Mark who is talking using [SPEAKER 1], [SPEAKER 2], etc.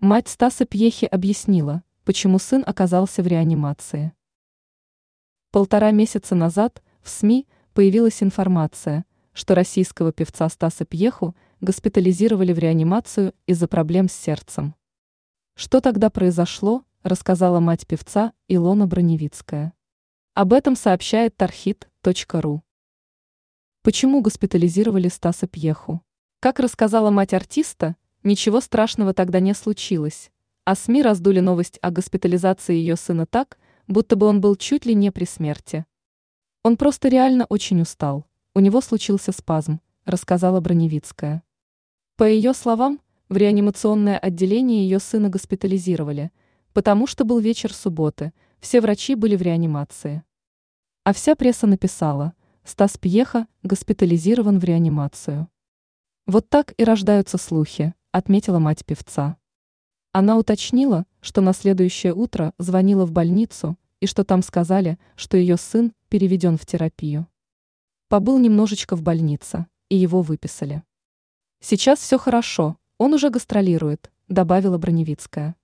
[SPEAKER 1] Мать Стаса Пьехи объяснила, почему сын оказался в реанимации. 1,5 месяца назад в СМИ появилась информация, что российского певца Стаса Пьеху госпитализировали в реанимацию из-за проблем с сердцем. Что тогда произошло, рассказала мать певца Илона Броневицкая. Об этом сообщает tarhit.ru. Почему госпитализировали Стаса Пьеху? Как рассказала мать артиста, ничего страшного тогда не случилось, а СМИ раздули новость о госпитализации ее сына так, будто бы он был чуть ли не при смерти. Он просто реально очень устал, у него случился спазм, рассказала Броневицкая. По ее словам, в реанимационное отделение ее сына госпитализировали, потому что был вечер субботы, все врачи были в реанимации. А вся пресса написала: Стас Пьеха госпитализирован в реанимацию. Вот так и рождаются слухи, отметила мать певца. Она уточнила, что на следующее утро звонила в больницу и что там сказали, что ее сын переведен в терапию. Побыл немножечко в больнице, и его выписали. Сейчас все хорошо, он уже гастролирует, добавила Броневицкая.